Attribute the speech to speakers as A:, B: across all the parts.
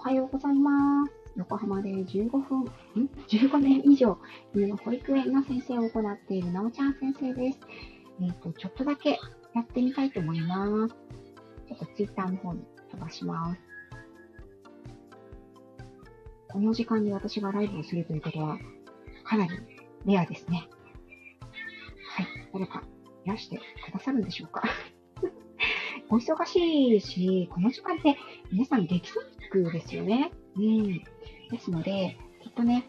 A: はようございます。横浜で15年以上、保育園の先生を行っているなおちゃん先生です。ちょっとだけやってみたいと思います。ちょっとツイッターの方に飛ばします。この時間に私がライブをするということは、かなりレアですね。はい。誰かいらしてくださるんでしょうか。お忙しいし、この時間って皆さん激務ですよね。ですので、きっとね、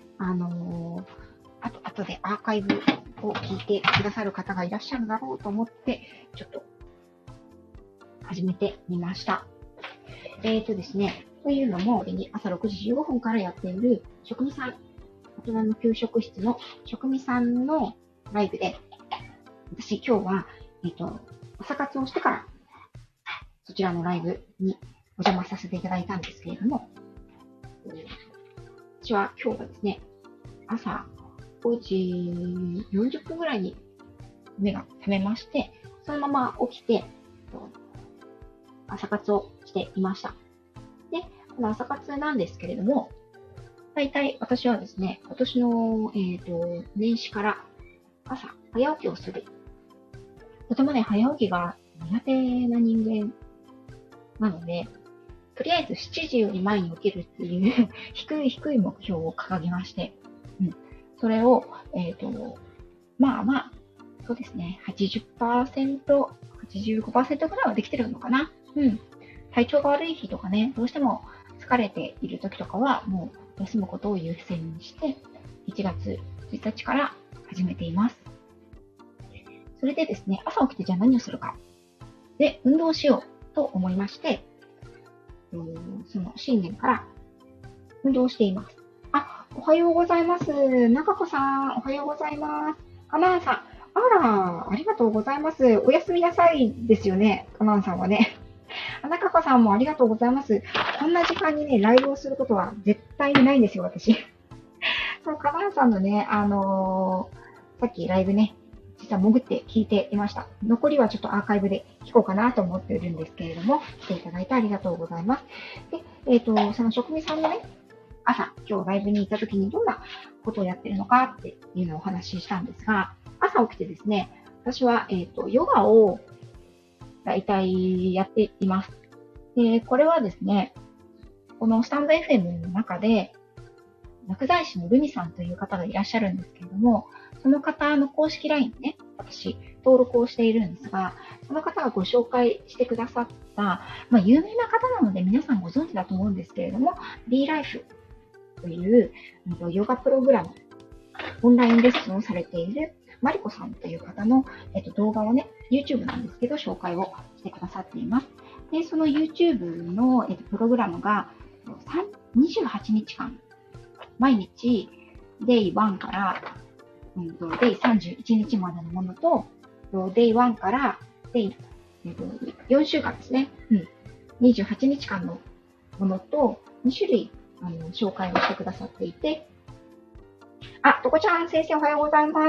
A: 後でアーカイブを聞いてくださる方がいらっしゃるだろうと思って、ちょっと始めてみました。ですね、というのも、朝6時15分からやっている職味さん、大人の給食室の職味さんのライブで、私今日は、朝活をしてから、そちらのライブにお邪魔させていただいたんですけれども、私は今日はですね、朝5時40分ぐらいに目が覚めまして、そのまま起きて、朝活をしていました。で、この朝活なんですけれども、大体私はですね、今年の、年始から朝早起きをする。とてもね、早起きが苦手な人間なので、とりあえず7時より前に起きるっていう低い目標を掲げまして、それを、そうですね、80%、85% ぐらいはできてるのかな。体調が悪い日とかね、どうしても疲れている時とかは、もう休むことを優先して、1月1日から始めています。それでですね、朝起きてじゃあ何をするか。で、運動しようと思いまして、その新年から運動しています。おはようございます。中子さん、おはようございます。かなんさん、ありがとうございます。おやすみなさいですよね、かなんさんはね。中子さんもありがとうございます。こんな時間にね、ライブをすることは絶対にないんですよ、私。そう、かなんさんのね、さっきライブね、実は潜って聞いていました。残りはちょっとアーカイブで聞こうかなと思っているんですけれども、来ていただいてありがとうございます。で、その職味さんのね、今日ライブに行った時にどんなことをやってるのかっていうのをお話ししたんですが、朝起きてですね、私は、ヨガをだいたいやっています。で、これはですね、このスタンド FM の中で、薬剤師のルミさんという方がいらっしゃるんですけれども、その方の公式 LINE にね、私、登録をしているんですが、その方がご紹介してくださった、有名な方なので皆さんご存知だと思うんですけれども、B ライフというヨガプログラム、オンラインレッスンをされているマリコさんという方の、動画をね、YouTube なんですけど、紹介をしてくださっています。で、その YouTube の、プログラムが28日間、毎日、Day1 から、Day31 日までのものと、Day1 から 4週間ですね。28日間のものと、2種類、紹介をしてくださっていて、とこちゃん先生おはようございます。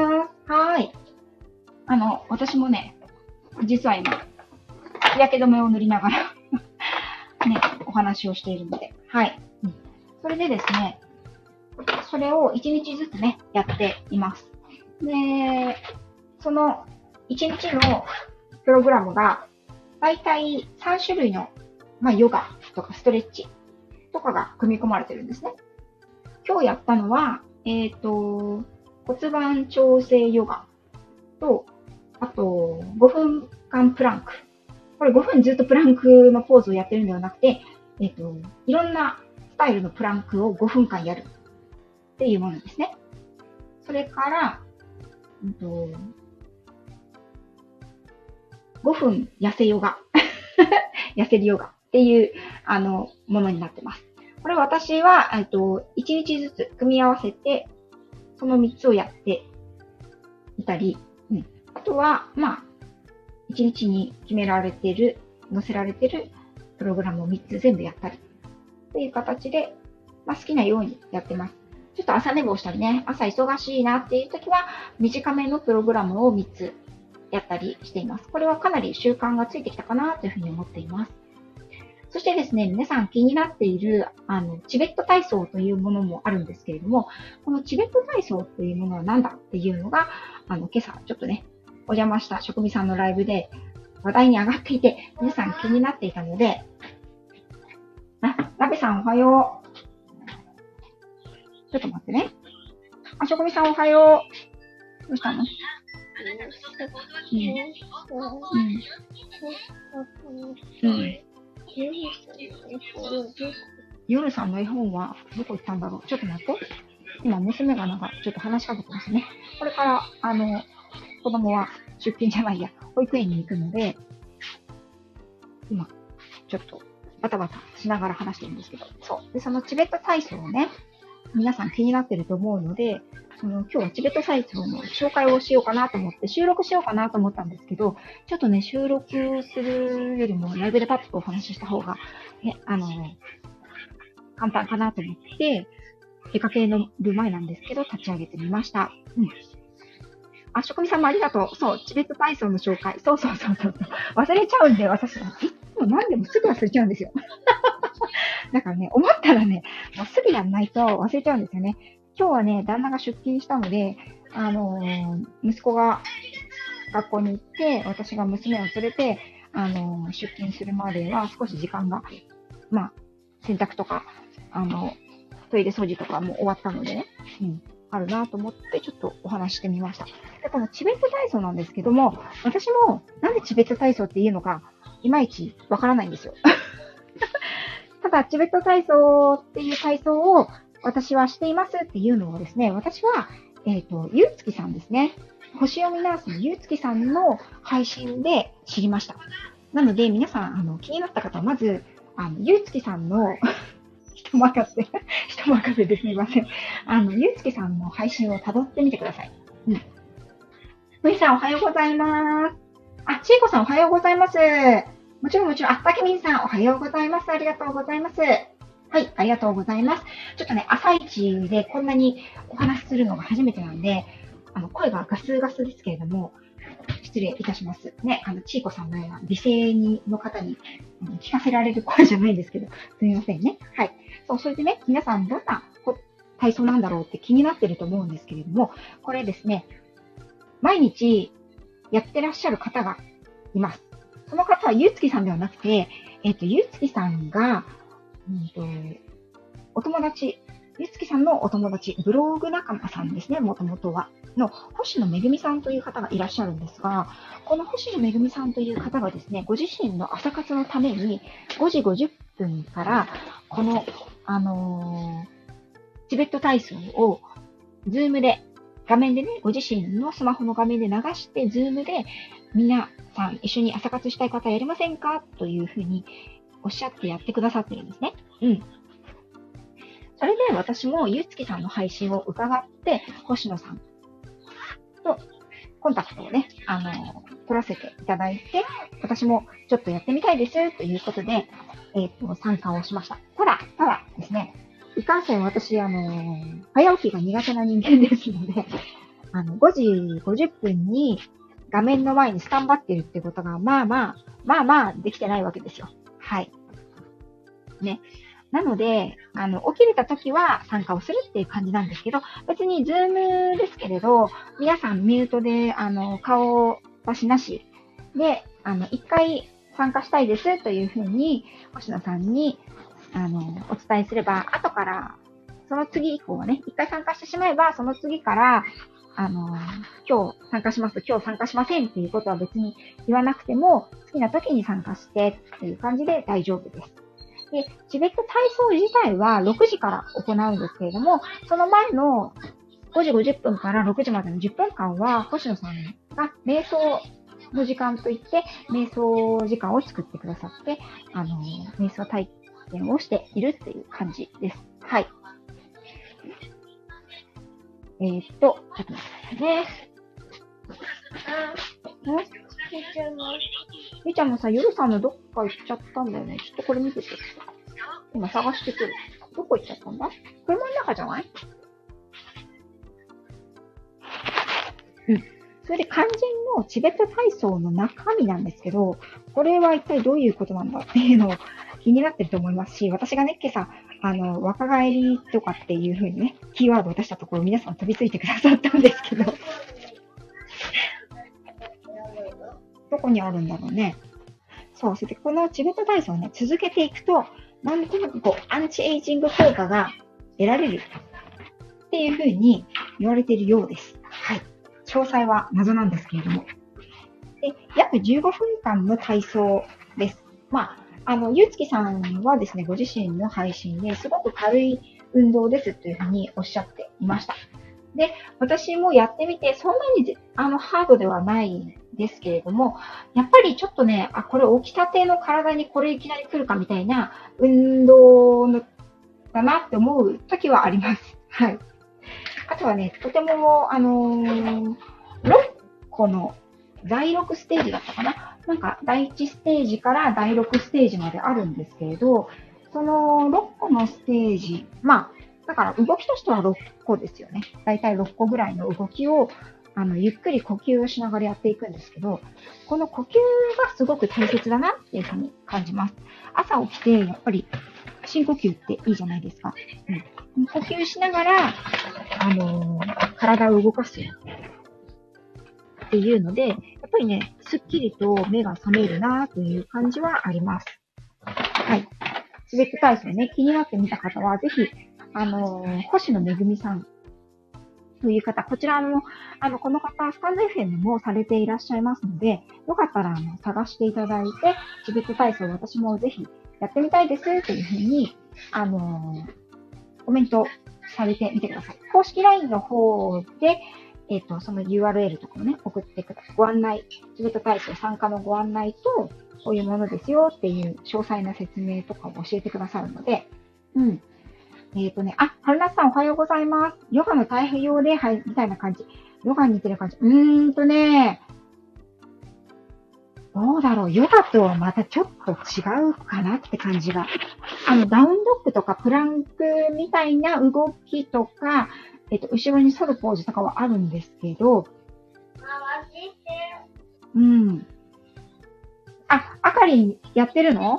A: はい。私もね、実は今、日焼け止めを塗りながらね、お話をしているので、はい。それでですね、それを1日ずつね、やっています。で、その1日のプログラムが、だいたい3種類の、ヨガとかストレッチとかが組み込まれてるんですね。今日やったのは、骨盤調整ヨガと、あと、5分間プランク。これ5分ずっとプランクのポーズをやってるんではなくて、いろんなスタイルのプランクを5分間やるっていうものですね。それから、5分痩せヨガ。痩せるヨガっていう、ものになってます。これ私は、1日ずつ組み合わせて、その3つをやっていたり、あとは、1日に決められている、載せられているプログラムを3つ全部やったり、っていう形で、好きなようにやってます。ちょっと朝寝坊したりね、朝忙しいなっていう時は、短めのプログラムを3つやったりしています。これはかなり習慣がついてきたかなというふうに思っています。 そしてですね、皆さん気になっている、チベット体操というものもあるんですけれども、このチベット体操というものは何だっていうのが、今朝ちょっとね、お邪魔した職味さんのライブで話題に上がっていて、皆さん気になっていたので、ラベさんおはよう。ちょっと待ってね。職味さんおはよう。どうしたの？夜さんの絵本はどこ行ったんだろう。ちょっと待って。今、娘がちょっと話しかけてますね。これから、子供は出勤じゃないや、保育園に行くので、今、ちょっとバタバタしながら話してるんですけど、そう。で、そのチベット体操をね、皆さん気になってると思うので、今日はチベット体操の紹介をしようかなと思って、収録しようかなと思ったんですけど、ちょっとね、収録するよりもライブでパッとお話しした方が、ね、簡単かなと思って、出かける前なんですけど、立ち上げてみました。職味さんもありがとう。そう、チベット体操の紹介。そう。忘れちゃうんで、私、いつも何でもすぐ忘れちゃうんですよ。だからね、思ったらね、もうすぐやんないと忘れちゃうんですよね。今日はね、旦那が出勤したので、息子が学校に行って、私が娘を連れて、出勤するまでは少し時間が、洗濯とか、トイレ掃除とかも終わったのでね、あるなと思ってちょっとお話してみました。で、このチベット体操なんですけども、私もなんでチベット体操っていうのか、いまいちわからないんですよ。ただ、チベット体操っていう体操を私はしていますっていうのをですね、私は、ゆうつきさんですね。星読みナースのゆうつきさんの配信で知りました。なので、皆さん、気になった方は、まず、ゆうつきさんの人任せですみません。ゆうつきさんの配信を辿ってみてください。ふいさんおはようございます。ちいこさんおはようございます。もちろん、たけみんさんおはようございます。ありがとうございます。はい、ありがとうございます。ちょっとね、朝一でこんなにお話しするのが初めてなんで、声がガスガスですけれども、失礼いたします。ね、ちいこさんのような美声の方に聞かせられる声じゃないんですけど、すみませんね。はい。そう、それでね、皆さんどんな体操なんだろうって気になってると思うんですけれども、これですね、毎日やってらっしゃる方がいます。その方はゆうつきさんではなくて、ゆうつきさんが、お友達、ゆうつきさんのお友達、ブログ仲間さんですね、もともとは。の、星野めぐみさんという方がいらっしゃるんですが、この星野めぐみさんという方がですね、ご自身の朝活のために、5時50分から、この、チベット体操を、ズームで、画面でね、ご自身のスマホの画面で流して、ズームで、皆さん一緒に朝活したい方やりませんかというふうにおっしゃってやってくださってるんですね。それで私もゆうつきさんの配信を伺って、星野さんとコンタクトをね、取らせていただいて、私もちょっとやってみたいですということで、参加をしました。ただですね、いかんせん私、早起きが苦手な人間ですので、5時50分に画面の前にスタンバってるってことが、まあできてないわけですよ。はい。ね。なので、起きれた時は参加をするっていう感じなんですけど、別にズームですけれど、皆さんミュートで、顔出しなしで、一回参加したいですというふうに、星野さんに、お伝えすれば、後から、その次以降はね、一回参加してしまえば、その次から、今日参加します、今日参加しませんっていうことは別に言わなくても、好きな時に参加してっていう感じで大丈夫です。で、チベット体操自体は6時から行うんですけれども、その前の5時50分から6時までの10分間は、星野さんが瞑想の時間といって、瞑想時間を作ってくださって、瞑想体験をしているっていう感じです。はい。ちょっと待ってくださいね。みーちゃんもさ、夜さんのどっか行っちゃったんだよね。ちょっとこれ見てて。今探してくる。どこ行っちゃったんだ？車の中じゃない？それで肝心のチベット体操の中身なんですけど、これは一体どういうことなんだっていうのを気になってると思いますし、私がね、今朝、若返りとかっていう風にね、キーワードを出したところ、皆さん飛びついてくださったんですけど、どこにあるんだろうね。そう、それでこのチベット体操をね、続けていくと、なんとなくこう、アンチエイジング効果が得られるっていう風に言われているようです。はい。詳細は謎なんですけれども。で、約15分間の体操です。まあ、ゆうつきさんはですね、ご自身の配信ですごく軽い運動ですというふうにおっしゃっていました。で、私もやってみて、そんなにハードではないですけれども、やっぱりちょっとね、これ起きたての体にこれいきなり来るかみたいな運動のだなって思う時はあります。はい。あとはね、とても、6個の第6ステージだったかな、なんか第1ステージから第6ステージまであるんですけれど、その6個のステージ、まあ、だから動きとしては6個ですよね。だいたい6個ぐらいの動きを、ゆっくり呼吸をしながらやっていくんですけど、この呼吸がすごく大切だなっていうふうに感じます。朝起きて、やっぱり深呼吸っていいじゃないですか。うん、呼吸しながら、体を動かすっていうので、やっぱりね、すっきりと目が覚めるなという感じはあります。はい。チベット体操ね、気になってみた方は、ぜひ、星野めぐみさんという方、こちらも、この方、スタンド FM もされていらっしゃいますので、よかったら、探していただいて、チベット体操私もぜひやってみたいですというふうに、コメントされてみてください。公式 LINE の方で、その URL とかもね、送ってください。ご案内、チベット体操参加のご案内と、こういうものですよっていう詳細な説明とかを教えてくださるので、うん。春夏さんおはようございます。ヨガの太平洋礼拝みたいな感じ。ヨガに似てる感じ。どうだろう。ヨガとはまたちょっと違うかなって感じが。ダウンドッグとかプランクみたいな動きとか、後ろに反るポーズとかはあるんですけど、うん。あかりんやってるの？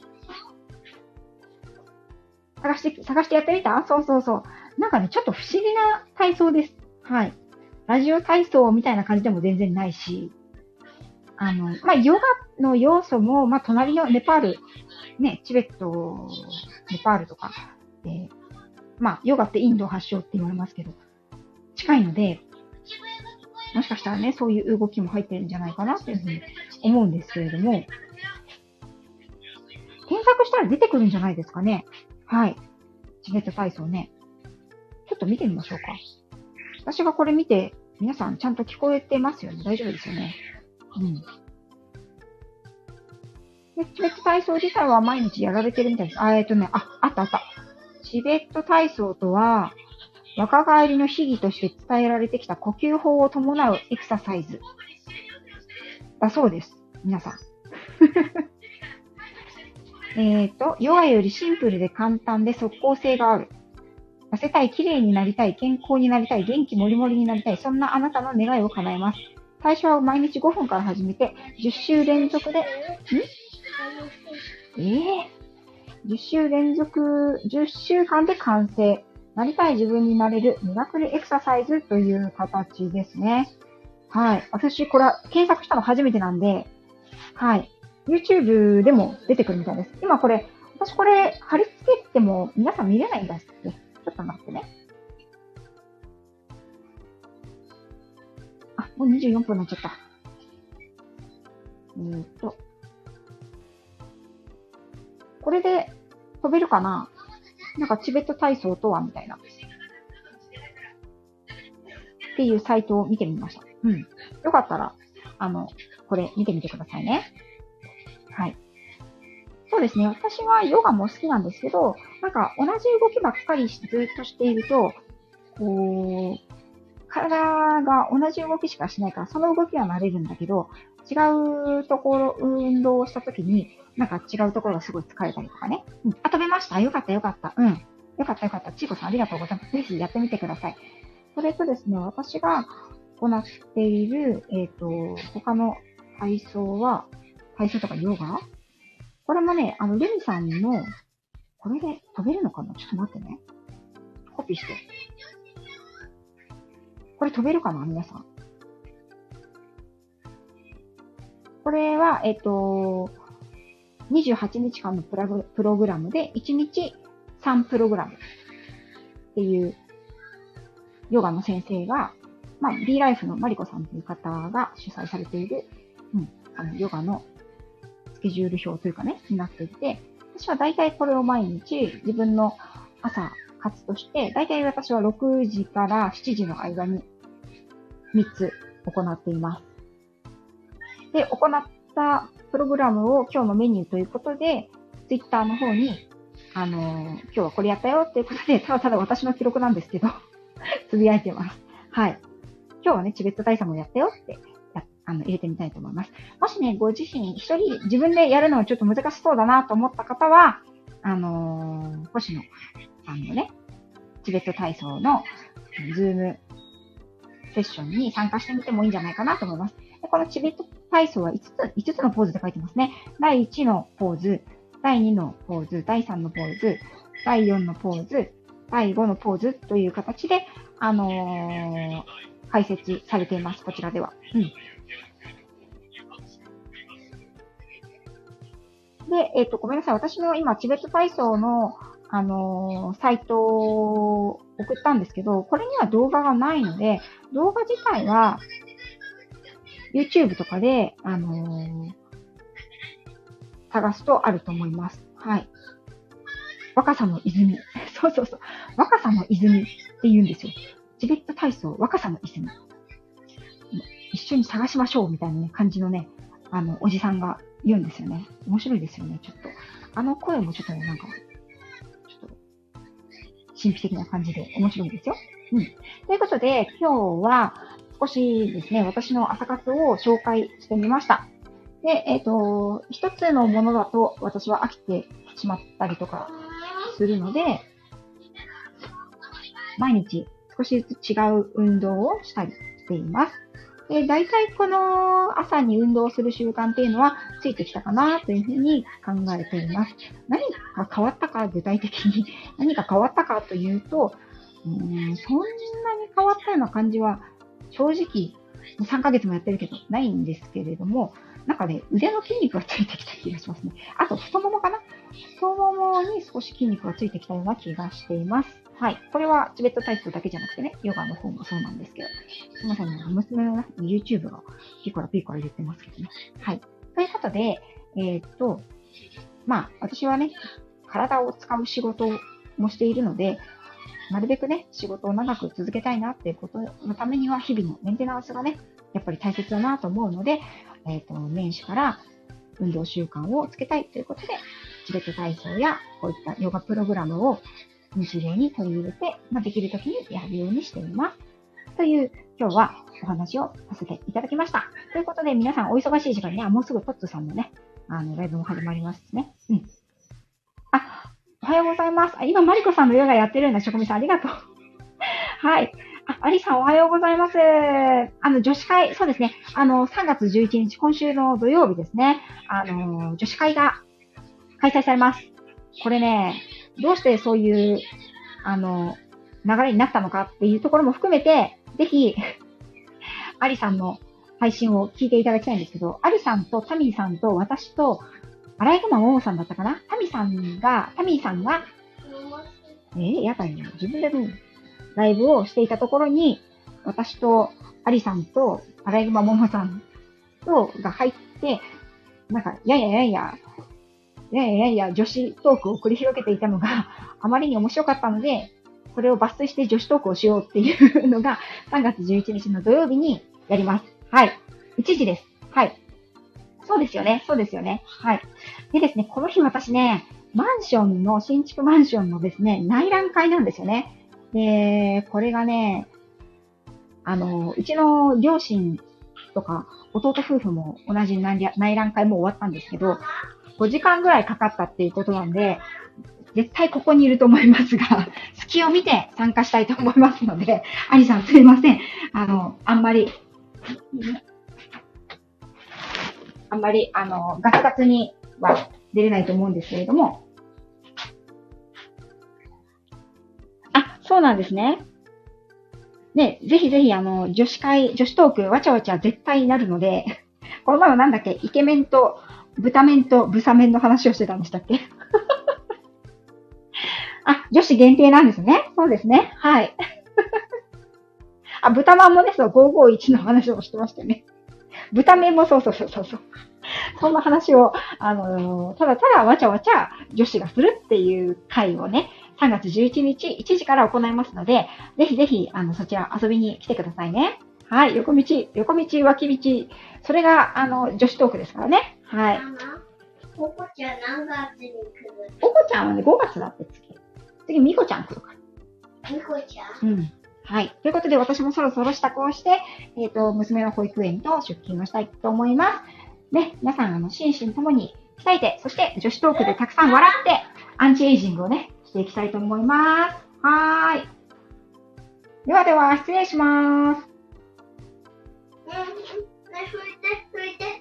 A: 探してやってみた？そうそうそう。なんかね、ちょっと不思議な体操です。はい。ラジオ体操みたいな感じでも全然ないし、ヨガの要素も、隣のネパール、ね、チベット、ネパールとか、ヨガってインド発祥って言われますけど、近いので、もしかしたらね、そういう動きも入ってるんじゃないかなっていうふうに思うんですけれども、検索したら出てくるんじゃないですかね。はい。チベット体操ね。ちょっと見てみましょうか。私がこれ見て、皆さんちゃんと聞こえてますよね。大丈夫ですよね。うん。で、チベット体操自体は毎日やられてるみたいです。あった。チベット体操とは、若返りの秘技として伝えられてきた呼吸法を伴うエクササイズだそうです。皆さん。ヨガよりシンプルで簡単で即効性がある。痩せたい、綺麗になりたい、健康になりたい、元気もりもりになりたい、そんなあなたの願いを叶えます。最初は毎日5分から始めて、10週連続で、10週連続、10週間で完成。なりたい自分になれるミラクルエクササイズという形ですね。はい。私、これは検索したの初めてなんで、はい。YouTube でも出てくるみたいです。今これ、私これ貼り付けても皆さん見れないんだっけ？ちょっと待ってね。もう24分になっちゃった。これで飛べるかな？なんかチベット体操とはみたいな。っていうサイトを見てみました。うん。よかったら、これ見てみてくださいね。はい。そうですね。私はヨガも好きなんですけど、なんか同じ動きばっかりずっとしていると、こう、体が同じ動きしかしないから、その動きは慣れるんだけど、違うところ、運動をしたときに、なんか違うところがすごい疲れたりとかね。飛べました。よかった。よかった。うん。よかった。ちいこさんありがとうございます。ぜひやってみてください。それとですね、私が行っている、他の体操とかヨガこれもね、レミさんの、これで飛べるのかな？ちょっと待ってね。コピーして。これ飛べるかな皆さん。これは、28日間のプログラムで、1日3プログラムっていうヨガの先生が、まあ、B ライフのマリコさんという方が主催されている、ヨガのスケジュール表というかね、になっていて、私は大体これを毎日自分の朝活として、大体私は6時から7時の間に3つ行っています。で、行ったプログラムを今日のメニューということで、ツイッターの方に、今日はこれやったよっていうことで、ただただ私の記録なんですけど、つぶやいてます。はい。今日はね、チベット体操もやったよって入れてみたいと思います。もしね、ご自身一人自分でやるのはちょっと難しそうだなと思った方は、星野さんのね、チベット体操のズームセッションに参加してみてもいいんじゃないかなと思います。でこのチベット体操は5つのポーズで書いてますね。第1のポーズ、第2のポーズ、第3のポーズ、第4のポーズ、第5のポーズという形で、解説されています。こちらでは。で、ごめんなさい。私の今、チベット体操の、サイトを送ったんですけど、これには動画がないので、動画自体は、YouTube とかで、探すとあると思います。はい。若さの泉。そう。若さの泉って言うんですよ。チベット体操、若さの泉。一緒に探しましょうみたいな、ね、感じのね、おじさんが言うんですよね。面白いですよね、ちょっと。声もちょっとね、なんか、ちょっと、神秘的な感じで面白いですよ。ということで、今日は少しですね、私の朝活を紹介してみました。で、一つのものだと私は飽きてしまったりとかするので、毎日少しずつ違う運動をしたりしています。で、大体この朝に運動する習慣っていうのはついてきたかなというふうに考えています。何が変わったか、具体的に何か変わったかというと、そんなに変わったような感じは正直3ヶ月もやってるけどないんですけれども、なんかね、腕の筋肉がついてきた気がしますね。あと太ももかな？太ももに少し筋肉がついてきたような気がしています。はい。これはチベット体操だけじゃなくてね、ヨガの方もそうなんですけど。すみませんね、娘の YouTube がピーコラ言ってますけどね。はい。ということで、まあ、私はね、体を使う仕事もしているので、なるべくね、仕事を長く続けたいなっていうことのためには、日々のメンテナンスがね、やっぱり大切だなと思うので、年始から運動習慣をつけたいということで、チベット体操やこういったヨガプログラムを日常に取り入れて、できるときにやるようにしています。という、今日はお話をさせていただきました。ということで、皆さんお忙しい時間にね、もうすぐトッツさんのね、ライブも始まりますね。おはようございます。今、マリコさんのヨガやってるような職人さんありがとう。はい。アリさんおはようございます。女子会、そうですね。3月11日、今週の土曜日ですね。女子会が開催されます。これね、どうしてそういう、流れになったのかっていうところも含めて、ぜひ、アリさんの配信を聞いていただきたいんですけど、アリさんとタミーさんと私と、アライグマモモさんだったかな？タミーさんが、やだよ。自分でどうライブをしていたところに、私とアリさんとアライグマモモさんとが入って、なんか、やや、女子トークを繰り広げていたのがあまりに面白かったので、それを抜粋して女子トークをしようっていうのが3月11日の土曜日にやります。はい。1時です。はい。そうですよね。はい。でですね、この日私ね、新築マンションのですね、内覧会なんですよね。で、これがね、うちの両親とか弟夫婦も同じ内覧会も終わったんですけど、5時間ぐらいかかったっていうことなんで、絶対ここにいると思いますが、隙を見て参加したいと思いますので、アリさんすいません。あんまり、ガツガツには出れないと思うんですけれども。あ、そうなんですね。ね、ぜひぜひ女子トーク、わちゃわちゃ絶対になるので、この前はなんだっけ、イケメンと、豚麺とブサ麺の話をしてたんでしたっけ？あ、女子限定なんですね。そうですね。はい。あ、豚まんもね、そう、551の話をしてましたよね。豚麺もそうそうそうそう。そんな話を、ただただわちゃわちゃ女子がするっていう会をね、3月11日1時から行いますので、ぜひぜひ、そちら遊びに来てくださいね。はい、横道、脇道、それが、女子トークですからね。はい。
B: ココちゃん何月に来る？
A: ココちゃんはね、5月だって次、ミコちゃん来るから。
B: ミコちゃん？
A: うん。はい。ということで、私もそろそろ支度をして、娘の保育園と出勤をしたいと思います。ね、皆さん、心身ともに鍛えて、そして女子トークでたくさん笑って、アンチエイジングをね、していきたいと思います。はーい。ではでは、失礼します。